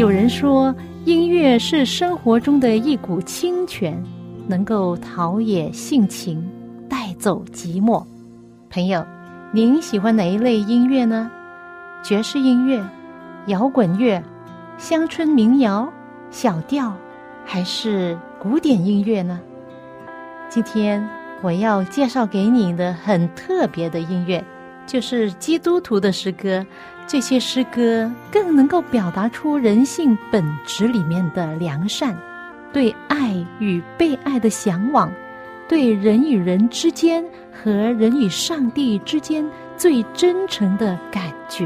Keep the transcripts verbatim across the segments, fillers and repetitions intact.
有人说，音乐是生活中的一股清泉，能够陶冶性情，带走寂寞。朋友，您喜欢哪一类音乐呢？爵士音乐、摇滚乐、乡村民谣、小调，还是古典音乐呢？今天我要介绍给你的很特别的音乐，就是基督徒的诗歌。这些诗歌更能够表达出人性本质里面的良善，对爱与被爱的向往，对人与人之间和人与上帝之间最真诚的感觉。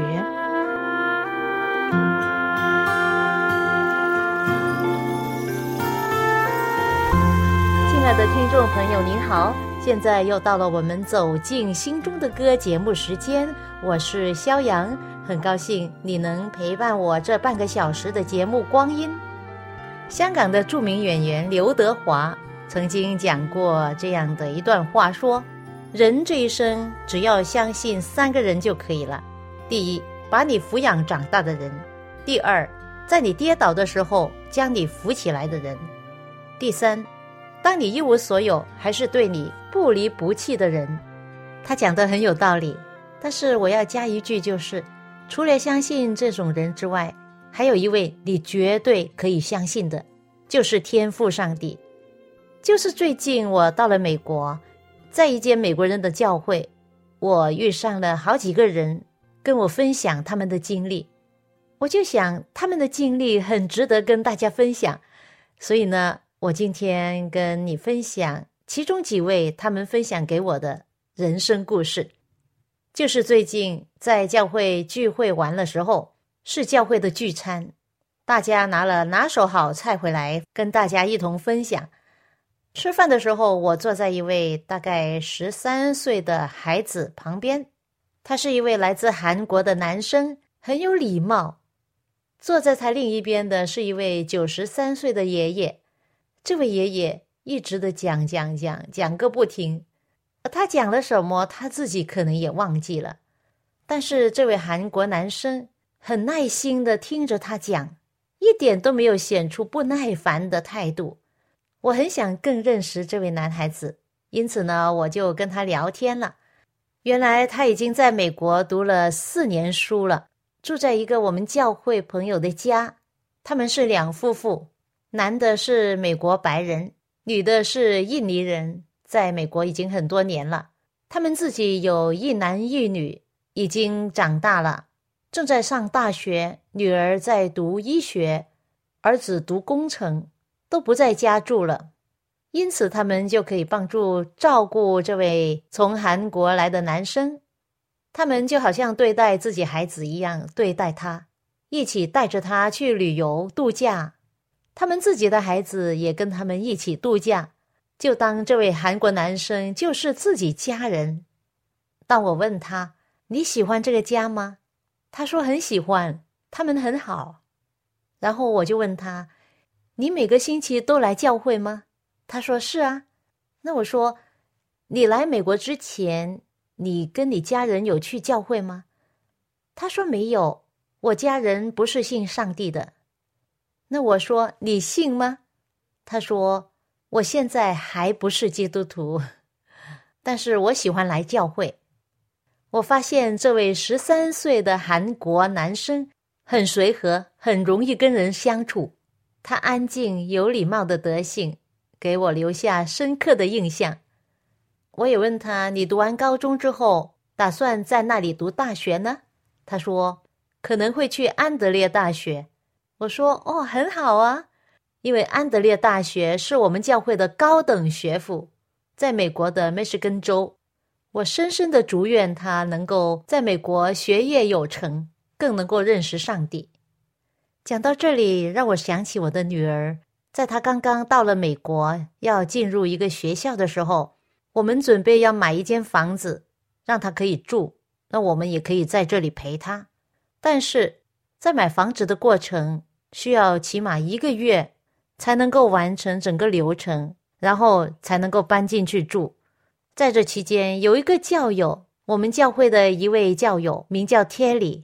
亲爱的听众朋友您好，现在又到了我们走进心中的歌节目时间，我是萧阳，很高兴你能陪伴我这半个小时的节目光阴。香港的著名演员刘德华曾经讲过这样的一段话，说人这一生只要相信三个人就可以了。第一，把你抚养长大的人；第二，在你跌倒的时候将你扶起来的人；第三，当你一无所有还是对你不离不弃的人。他讲得很有道理，但是我要加一句，就是除了相信这种人之外，还有一位你绝对可以相信的，就是天父上帝。就是最近我到了美国，在一间美国人的教会，我遇上了好几个人跟我分享他们的经历，我就想他们的经历很值得跟大家分享，所以呢，我今天跟你分享其中几位他们分享给我的人生故事。就是最近在教会聚会完的时候，是教会的聚餐，大家拿了拿手好菜回来跟大家一同分享。吃饭的时候，我坐在一位大概十三岁的孩子旁边，他是一位来自韩国的男生，很有礼貌。坐在他另一边的是一位九十三岁的爷爷，这位爷爷一直的讲讲讲讲个不停，他讲了什么他自己可能也忘记了，但是这位韩国男生很耐心的听着他讲，一点都没有显出不耐烦的态度。我很想更认识这位男孩子，因此呢，我就跟他聊天了。原来他已经在美国读了四年书了，住在一个我们教会朋友的家。他们是两夫妇，男的是美国白人，女的是印尼人，在美国已经很多年了。他们自己有一男一女，已经长大了，正在上大学，女儿在读医学，儿子读工程，都不在家住了。因此他们就可以帮助照顾这位从韩国来的男生，他们就好像对待自己孩子一样对待他，一起带着他去旅游度假，他们自己的孩子也跟他们一起度假，就当这位韩国男生就是自己家人。当我问他，你喜欢这个家吗？他说很喜欢，他们很好。然后我就问他，你每个星期都来教会吗？他说是啊。那我说，你来美国之前，你跟你家人有去教会吗？他说没有，我家人不是信上帝的。那我说，你信吗？他说，我现在还不是基督徒，但是我喜欢来教会。我发现这位十三岁的韩国男生很随和，很容易跟人相处，他安静有礼貌的德性给我留下深刻的印象。我也问他，你读完高中之后打算在那里读大学呢？他说可能会去安德烈大学。我说哦，很好啊，因为安德烈大学是我们教会的高等学府，在美国的密歇根州。我深深的祝愿他能够在美国学业有成，更能够认识上帝。讲到这里，让我想起我的女儿，在她刚刚到了美国，要进入一个学校的时候，我们准备要买一间房子，让她可以住，那我们也可以在这里陪她。但是在买房子的过程，需要起码一个月才能够完成整个流程，然后才能够搬进去住。在这期间，有一个教友，我们教会的一位教友名叫 Terry，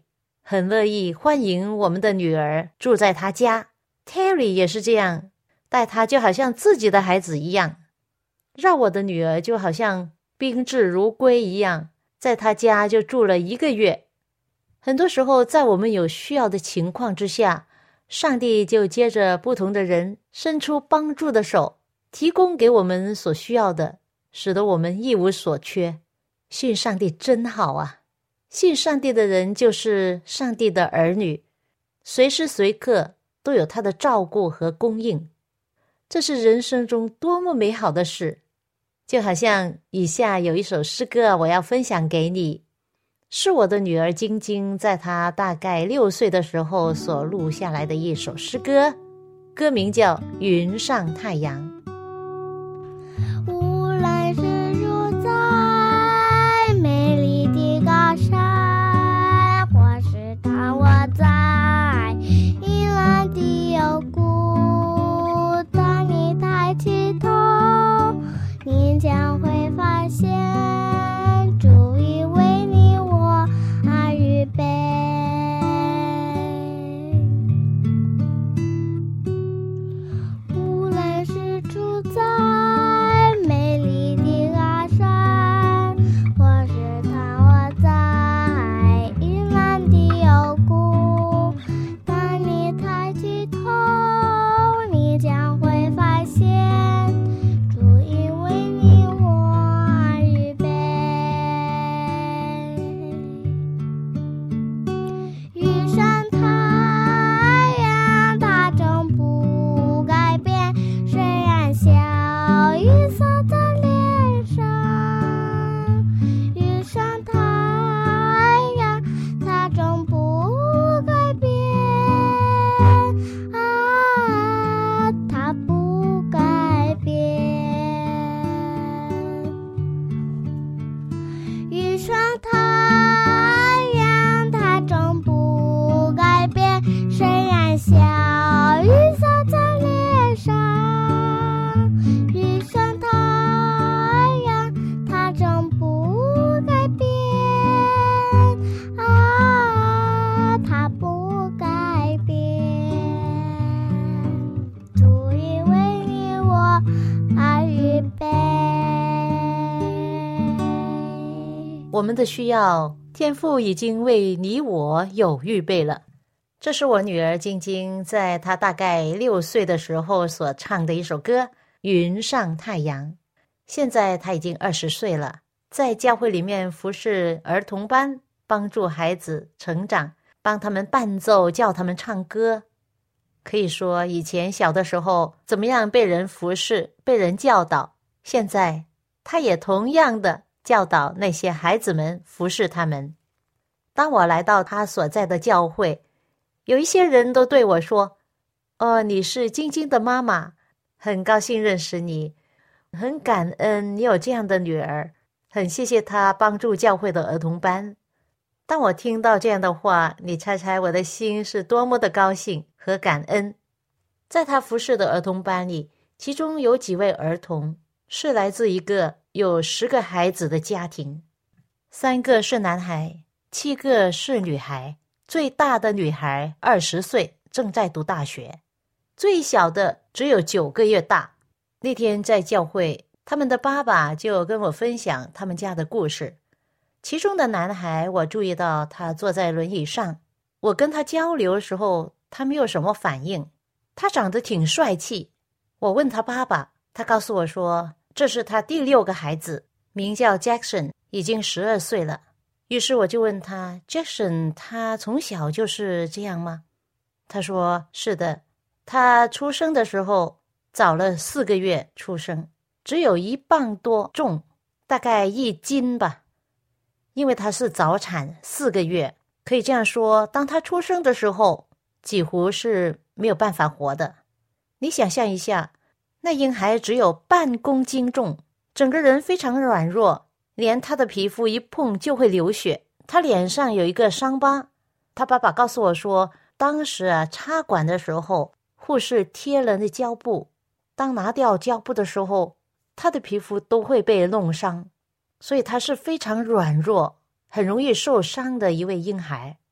很乐意欢迎我们的女儿住在他家。 Terry 也是这样，待他就好像自己的孩子一样，让我的女儿就好像宾至如归一样，在他家就住了一个月。很多时候在我们有需要的情况之下，上帝就接着不同的人伸出帮助的手，提供给我们所需要的，使得我们一无所缺。信上帝真好啊！信上帝的人就是上帝的儿女，随时随刻都有他的照顾和供应，这是人生中多么美好的事。就好像以下有一首诗歌我要分享给你，是我的女儿晶晶在她大概六岁的时候所录下来的一首诗歌，歌名叫《云上太阳》。 无论是住在美丽的高山，或是当我在阴暗的幽谷，当你抬起头，你将会发现主已为你我而预备。无论是住在美丽的高山，或是当我在阴暗的幽谷，当你抬起头，你将会发现主已为你我而预备。遇上太阳，它终不改变，虽然笑意洒在脸上。遇上太阳，它终不改变，啊，它不改变。遇上太阳，它终不改变，虽然笑意洒在脸上。遇上太阳，它终不改变，啊，它不改变。主已为你我而预备。 我们的需要，天父已经为你我有预备了。这是我女儿晶晶在她大概六岁的时候所唱的一首歌《云上太阳》。现在她已经二十岁了，在教会里面服侍儿童班，帮助孩子成长，帮他们伴奏，教他们唱歌。可以说以前小的时候怎么样被人服侍，被人教导，现在她也同样的教导那些孩子们，服侍他们。当我来到他所在的教会，有一些人都对我说，哦，你是晶晶的妈妈，很高兴认识你，很感恩你有这样的女儿，很谢谢她帮助教会的儿童班。当我听到这样的话，你猜猜我的心是多么的高兴和感恩。在他服侍的儿童班里，其中有几位儿童是来自一个有十个孩子的家庭，三个是男孩，七个是女孩。最大的女孩二十岁，正在读大学，最小的只有九个月大。那天在教会，他们的爸爸就跟我分享他们家的故事。其中的男孩，我注意到他坐在轮椅上，我跟他交流的时候，他没有什么反应。他长得挺帅气，我问他爸爸，他告诉我说，这是他第六个孩子，名叫 Jackson， 已经十二岁了。于是我就问他， Jackson 他从小就是这样吗？他说是的，他出生的时候早了四个月出生，只有一磅多重，大概一斤吧。因为他是早产四个月，可以这样说，当他出生的时候几乎是没有办法活的。你想象一下，那婴孩只有半公斤重，整个人非常软弱，连他的皮肤一碰就会流血，他脸上有一个伤疤。他爸爸告诉我说，当时啊插管的时候，护士贴了那胶布，当拿掉胶布的时候，他的皮肤都会被弄伤，所以他是非常软弱，很容易受伤的一位婴孩。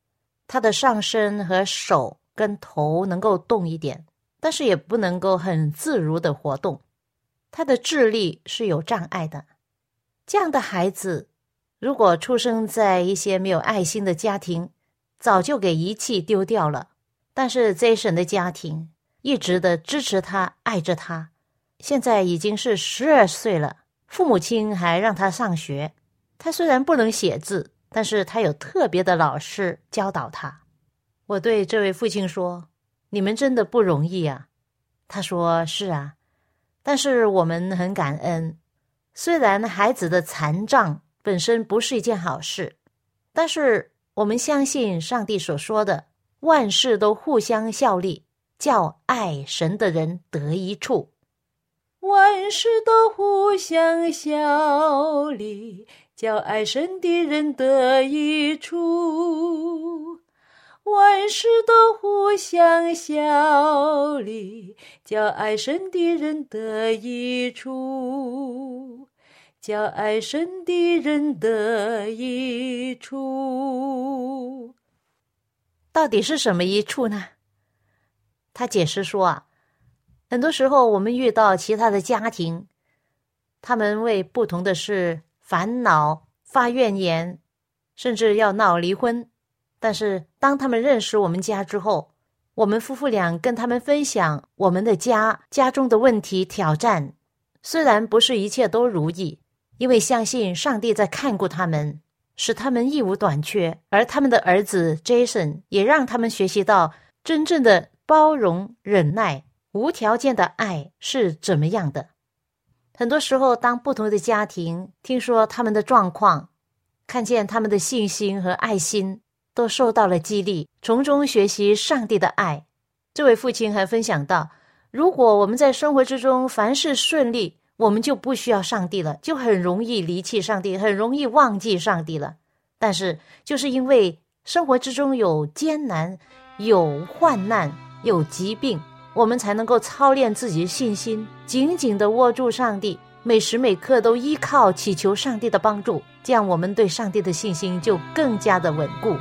他的上身和手跟头能够动一点，但是也不能够很自如的活动。他的智力是有障碍的。这样的孩子如果出生在一些没有爱心的家庭，早就给遗弃丢掉了。但是 Jason 的家庭一直的支持他，爱着他。现在已经是十二岁了，父母亲还让他上学。他虽然不能写字，但是他有特别的老师教导他。我对这位父亲说，你们真的不容易啊。他说，是啊，但是我们很感恩。虽然孩子的残障本身不是一件好事，但是我们相信上帝所说的，万事都互相效力，叫爱神的人得益处。万事都互相效力，叫爱神的人得益处。万事都互相效力，叫爱神的人得益处，叫爱神的人得益处。到底是什么益处呢？他解释说啊，很多时候我们遇到其他的家庭，他们为不同的事烦恼、发怨言，甚至要闹离婚。但是当他们认识我们家之后，我们夫妇俩跟他们分享我们的家家中的问题挑战，虽然不是一切都如意，因为相信上帝在看顾他们，使他们一无短缺，而他们的儿子 Jason 也让他们学习到真正的包容、忍耐、无条件的爱是怎么样的。很多时候当不同的家庭听说他们的状况，看见他们的信心和爱心都受到了激励，从中学习上帝的爱。这位父亲还分享到，如果我们在生活之中凡事顺利，我们就不需要上帝了，就很容易离弃上帝，很容易忘记上帝了。但是就是因为生活之中有艰难、有患难、有疾病，我们才能够操练自己的信心，紧紧地握住上帝，每时每刻都依靠祈求上帝的帮助，这样我们对上帝的信心就更加的稳固。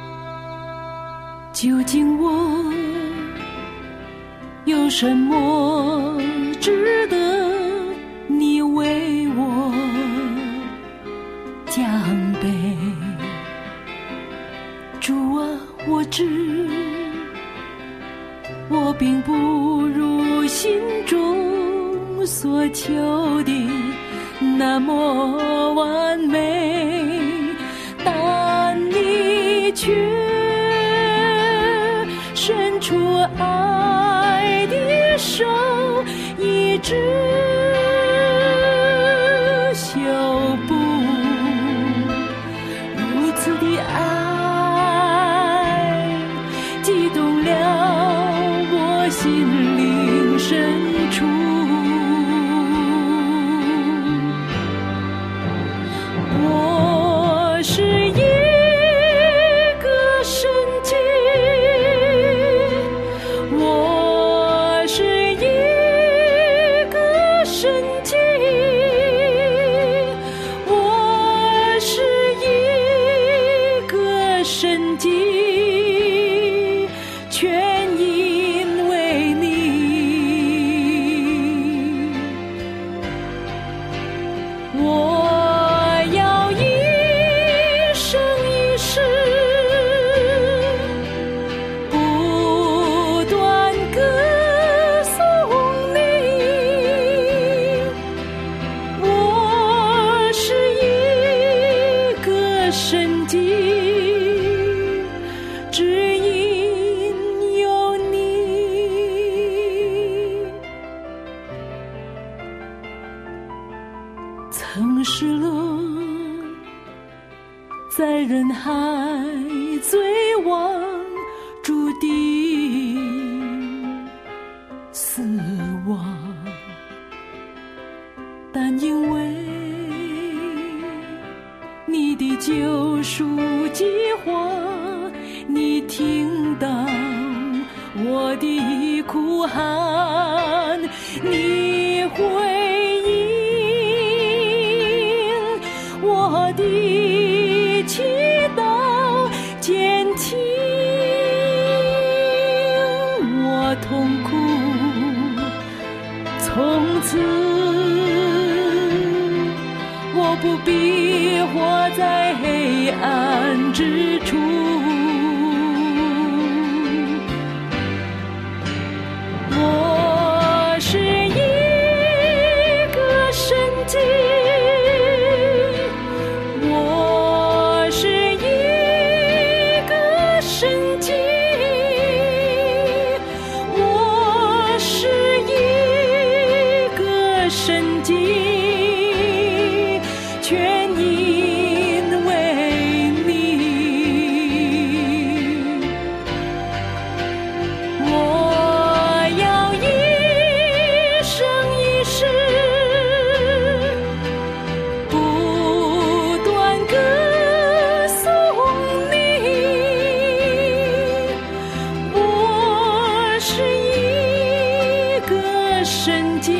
究竟我有什么值得你为我降杯？主啊，我知我并不如心中所求的那么完美，但你却伸出爱的手，一直修补，如此的爱激动了我心灵深处。我是一个神迹，我是一个神迹，我是一个神迹，全因为你。我要一生一世不断歌颂你，我是一个神迹，只因有你。曾失落在人海最望注定死亡，但因为你的救赎计划，你听到我的哭喊，你回应我的祈祷，坚定从此我不必活在黑暗之处，我是一个神迹，我是一个神迹，我是一个神迹，全因为你。我要一生一世不断歌颂你，我是一个神迹，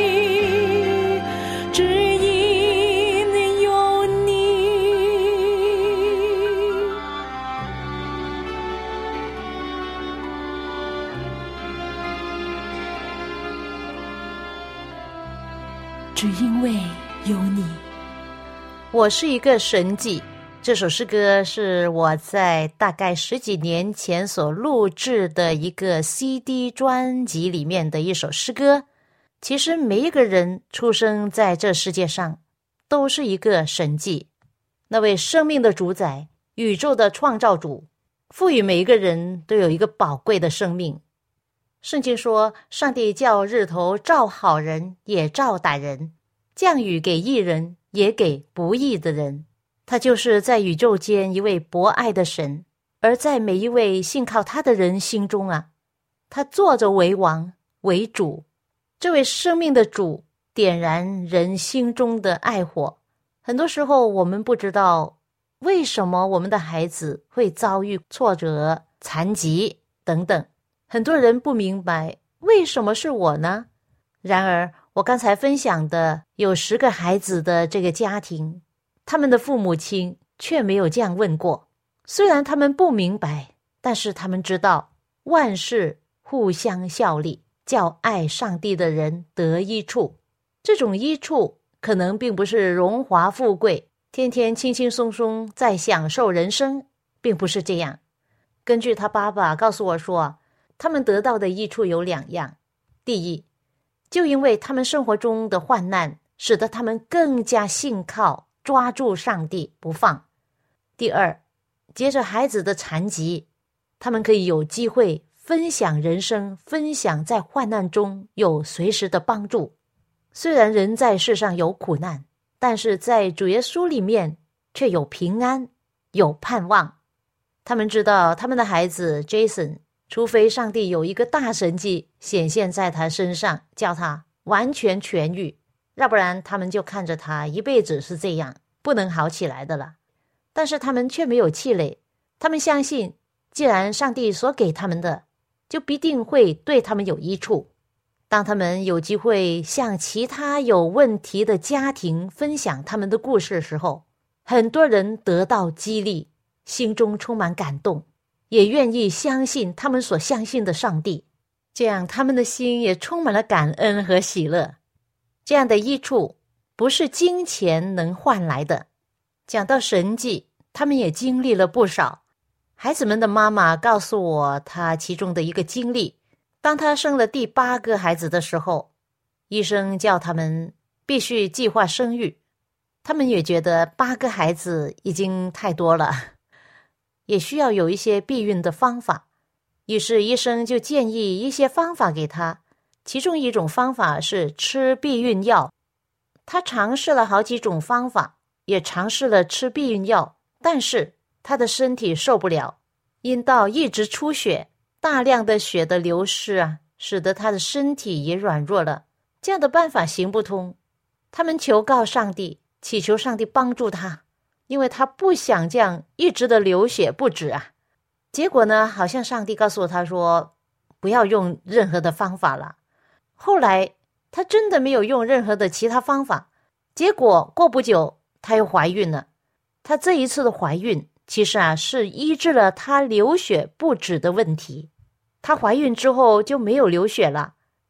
只因有你。只因为有你。 我是一个神迹。这首诗歌是我在大概十几年前所录制的一个 C D 专辑里面的一首诗歌。其实每一个人出生在这世界上都是一个神迹。那位生命的主宰，宇宙的创造主，赋予每一个人都有一个宝贵的生命。圣经说，上帝叫日头照好人也照歹人，降雨给义人也给不义的人。他就是在宇宙间一位博爱的神，而在每一位信靠他的人心中啊，他坐着为王为主。这位生命的主点燃人心中的爱火。很多时候我们不知道为什么我们的孩子会遭遇挫折、残疾等等，很多人不明白为什么是我呢？然而我刚才分享的有十个孩子的这个家庭，他们的父母亲却没有这样问过。虽然他们不明白，但是他们知道万事互相效力，叫爱上帝的人得益处。这种益处可能并不是荣华富贵，天天轻轻松松在享受人生，并不是这样。根据他爸爸告诉我说，他们得到的益处有两样。第一，就因为他们生活中的患难，使得他们更加信靠抓住上帝不放。第二，接着孩子的残疾，他们可以有机会分享人生，分享在患难中有随时的帮助。虽然人在世上有苦难，但是在主耶稣里面却有平安，有盼望。他们知道他们的孩子 Jason， 除非上帝有一个大神迹显现在他身上，叫他完全痊愈，要不然他们就看着他一辈子是这样，不能好起来的了。但是他们却没有气馁，他们相信既然上帝所给他们的，就必定会对他们有益处。当他们有机会向其他有问题的家庭分享他们的故事的时候，很多人得到激励，心中充满感动，也愿意相信他们所相信的上帝，这样他们的心也充满了感恩和喜乐。这样的益处不是金钱能换来的。讲到神迹，他们也经历了不少。孩子们的妈妈告诉我她其中的一个经历，当她生了第八个孩子的时候，医生叫他们必须计划生育。他们也觉得八个孩子已经太多了，也需要有一些避孕的方法。于是医生就建议一些方法给他，其中一种方法是吃避孕药。他尝试了好几种方法，也尝试了吃避孕药，但是他的身体受不了，阴道一直出血，大量的血的流失啊，使得他的身体也软弱了。这样的办法行不通。他们求告上帝，祈求上帝帮助他，因为他不想这样一直的流血不止啊。结果呢，好像上帝告诉他说，不要用任何的方法了。后来他真的没有用任何的其他方法，结果过不久她又怀孕了。她这一次的怀孕其实啊是医治了她流血不止的问题。她怀孕之后就没有流血了，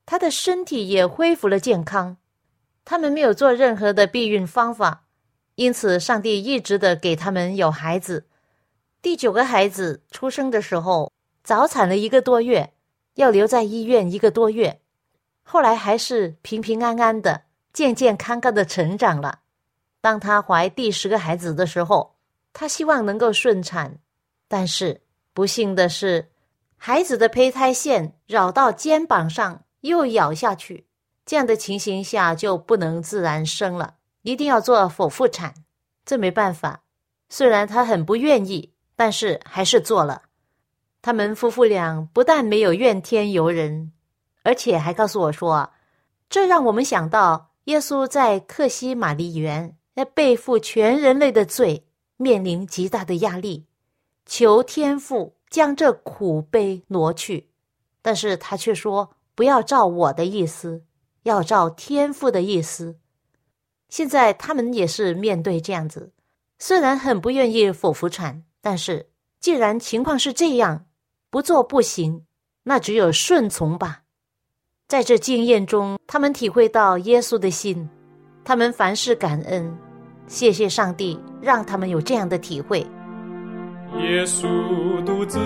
他的身体也恢复了健康。他们没有做任何的避孕方法，因此上帝一直的给他们有孩子。第九个孩子出生的时候，早产了一个多月，要留在医院一个多月，后来还是平平安安的、健健康康的成长了。当他怀第十个孩子的时候，他希望能够顺产，但是不幸的是，孩子的胚胎线绕到肩膀上又咬下去，这样的情形下就不能自然生了，一定要做剖腹产。这没办法，虽然他很不愿意，但是还是做了。他们夫妇俩不但没有怨天尤人，而且还告诉我说，这让我们想到耶稣在客西马尼园要背负全人类的罪，面临极大的压力，求天父将这苦悲挪去，但是他却说不要照我的意思，要照天父的意思。现在他们也是面对这样子，虽然很不愿意剖腹产，但是既然情况是这样，不做不行，那只有顺从吧。在这经验中，他们体会到耶稣的心，他们凡事感恩，谢谢上帝让他们有这样的体会。 耶稣独自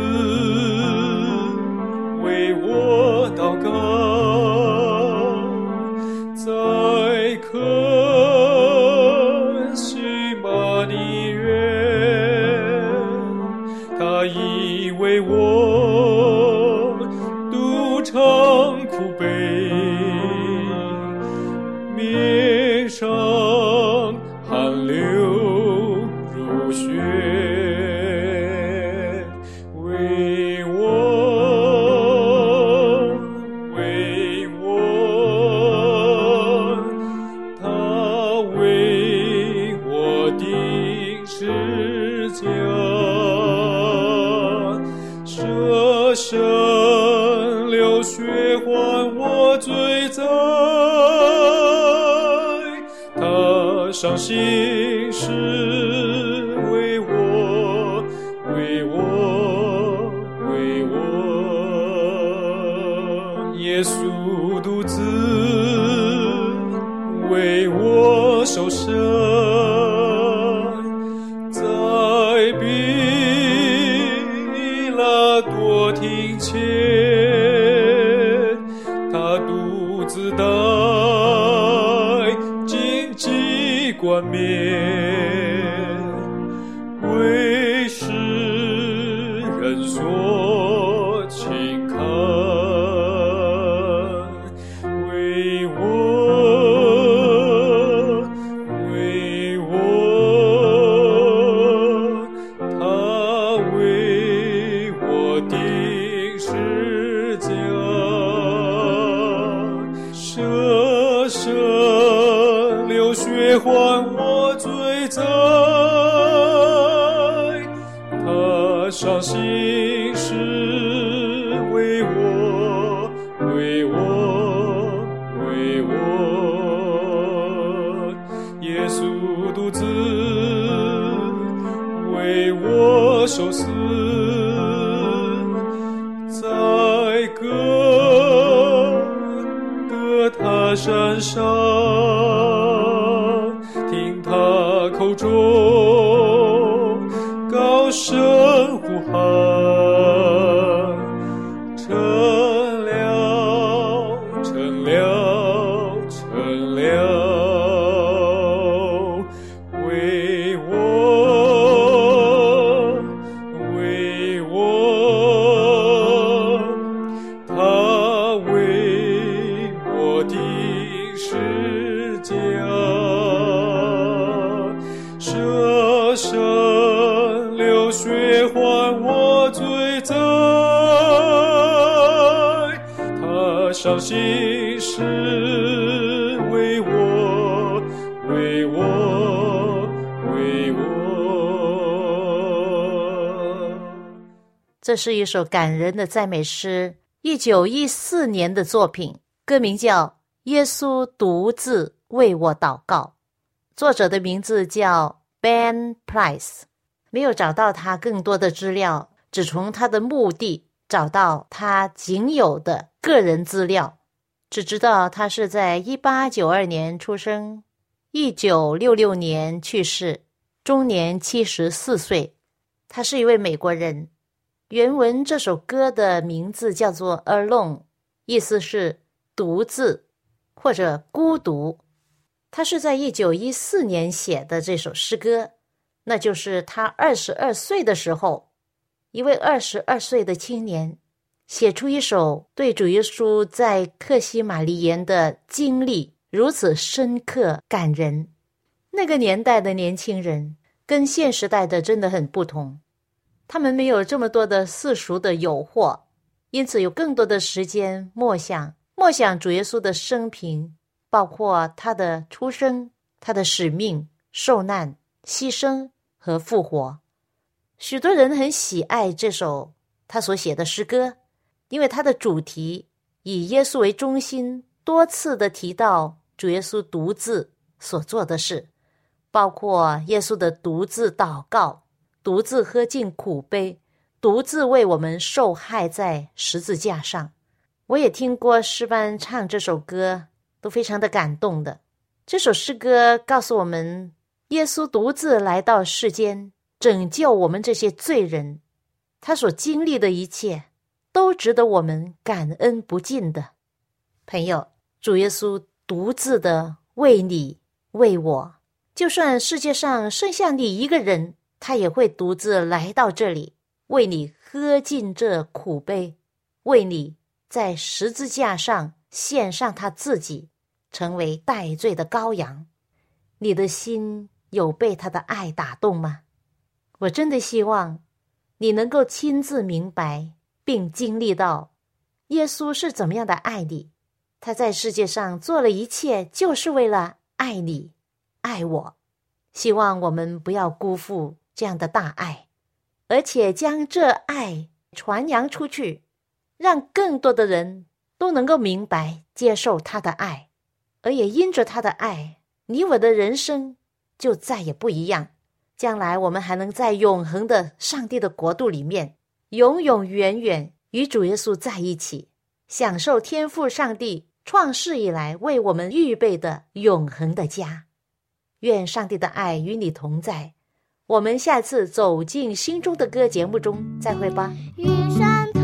为我祷告，在客西马尼园，他已为我独尝苦悲，面上汗流如血，为我为我他为我钉十字架，舍身流血还我罪灾，他伤心是为我为我为我，耶稣独自为我受审，在彼拉多庭前，他独自戴荆棘冠冕，为世人所轻看，为我为我他为我钉十字架，舍身流血还我罪灾，他伤心是为我为我为我，耶稣独自为我受死，在各各他山上，听他口中高声呼喊，成了成了成了，为我为我他为我钉十字架，舍身流血还我罪灾，他伤心是为我为我为我。 这是一首感人的赞美诗，一九一四年的作品，歌名叫《耶稣独自为我祷告》，作者的名字叫 Ben Price。 没有找到他更多的资料，只从他的墓地找到他仅有的个人资料。 只知道他是在一八九二年出生，一九六六年去世，终年七十四岁。他是一位美国人。原文这首歌的名字叫做 Alone， 意思是独自或者孤独。他是在一九一四年写的这首诗歌，那就是他二十二岁的时候，一位二十二岁的青年写出一首对主耶稣在客西马尼园的经历如此深刻感人。那个年代的年轻人跟现时代的真的很不同，他们没有这么多的世俗的诱惑，因此有更多的时间默想默想主耶稣的生平，包括他的出生、他的使命、受难、牺牲和复活。许多人很喜爱这首他所写的诗歌，因为他的主题以耶稣为中心，多次的提到主耶稣独自所做的事，包括耶稣的独自祷告，独自喝尽苦杯，独自为我们受害在十字架上。我也听过诗班唱这首歌，都非常的感动的。这首诗歌告诉我们，耶稣独自来到世间，拯救我们这些罪人，他所经历的一切都值得我们感恩不尽的。朋友，主耶稣独自的为你为我，就算世界上剩下你一个人，他也会独自来到这里，为你喝尽这苦杯，为你在十字架上献上他自己，成为代罪的羔羊。你的心有被他的爱打动吗？我真的希望你能够亲自明白并经历到耶稣是怎么样的爱你，他在世界上做了一切就是为了爱你爱我。希望我们不要辜负这样的大爱，而且将这爱传扬出去，让更多的人都能够明白接受他的爱，而也因着他的爱，你我的人生就再也不一样。将来我们还能在永恒的上帝的国度里面，永永远远与主耶稣在一起，享受天父上帝创世以来为我们预备的永恒的家。愿上帝的爱与你同在。我们下次走进心中的歌节目中再会吧。 云山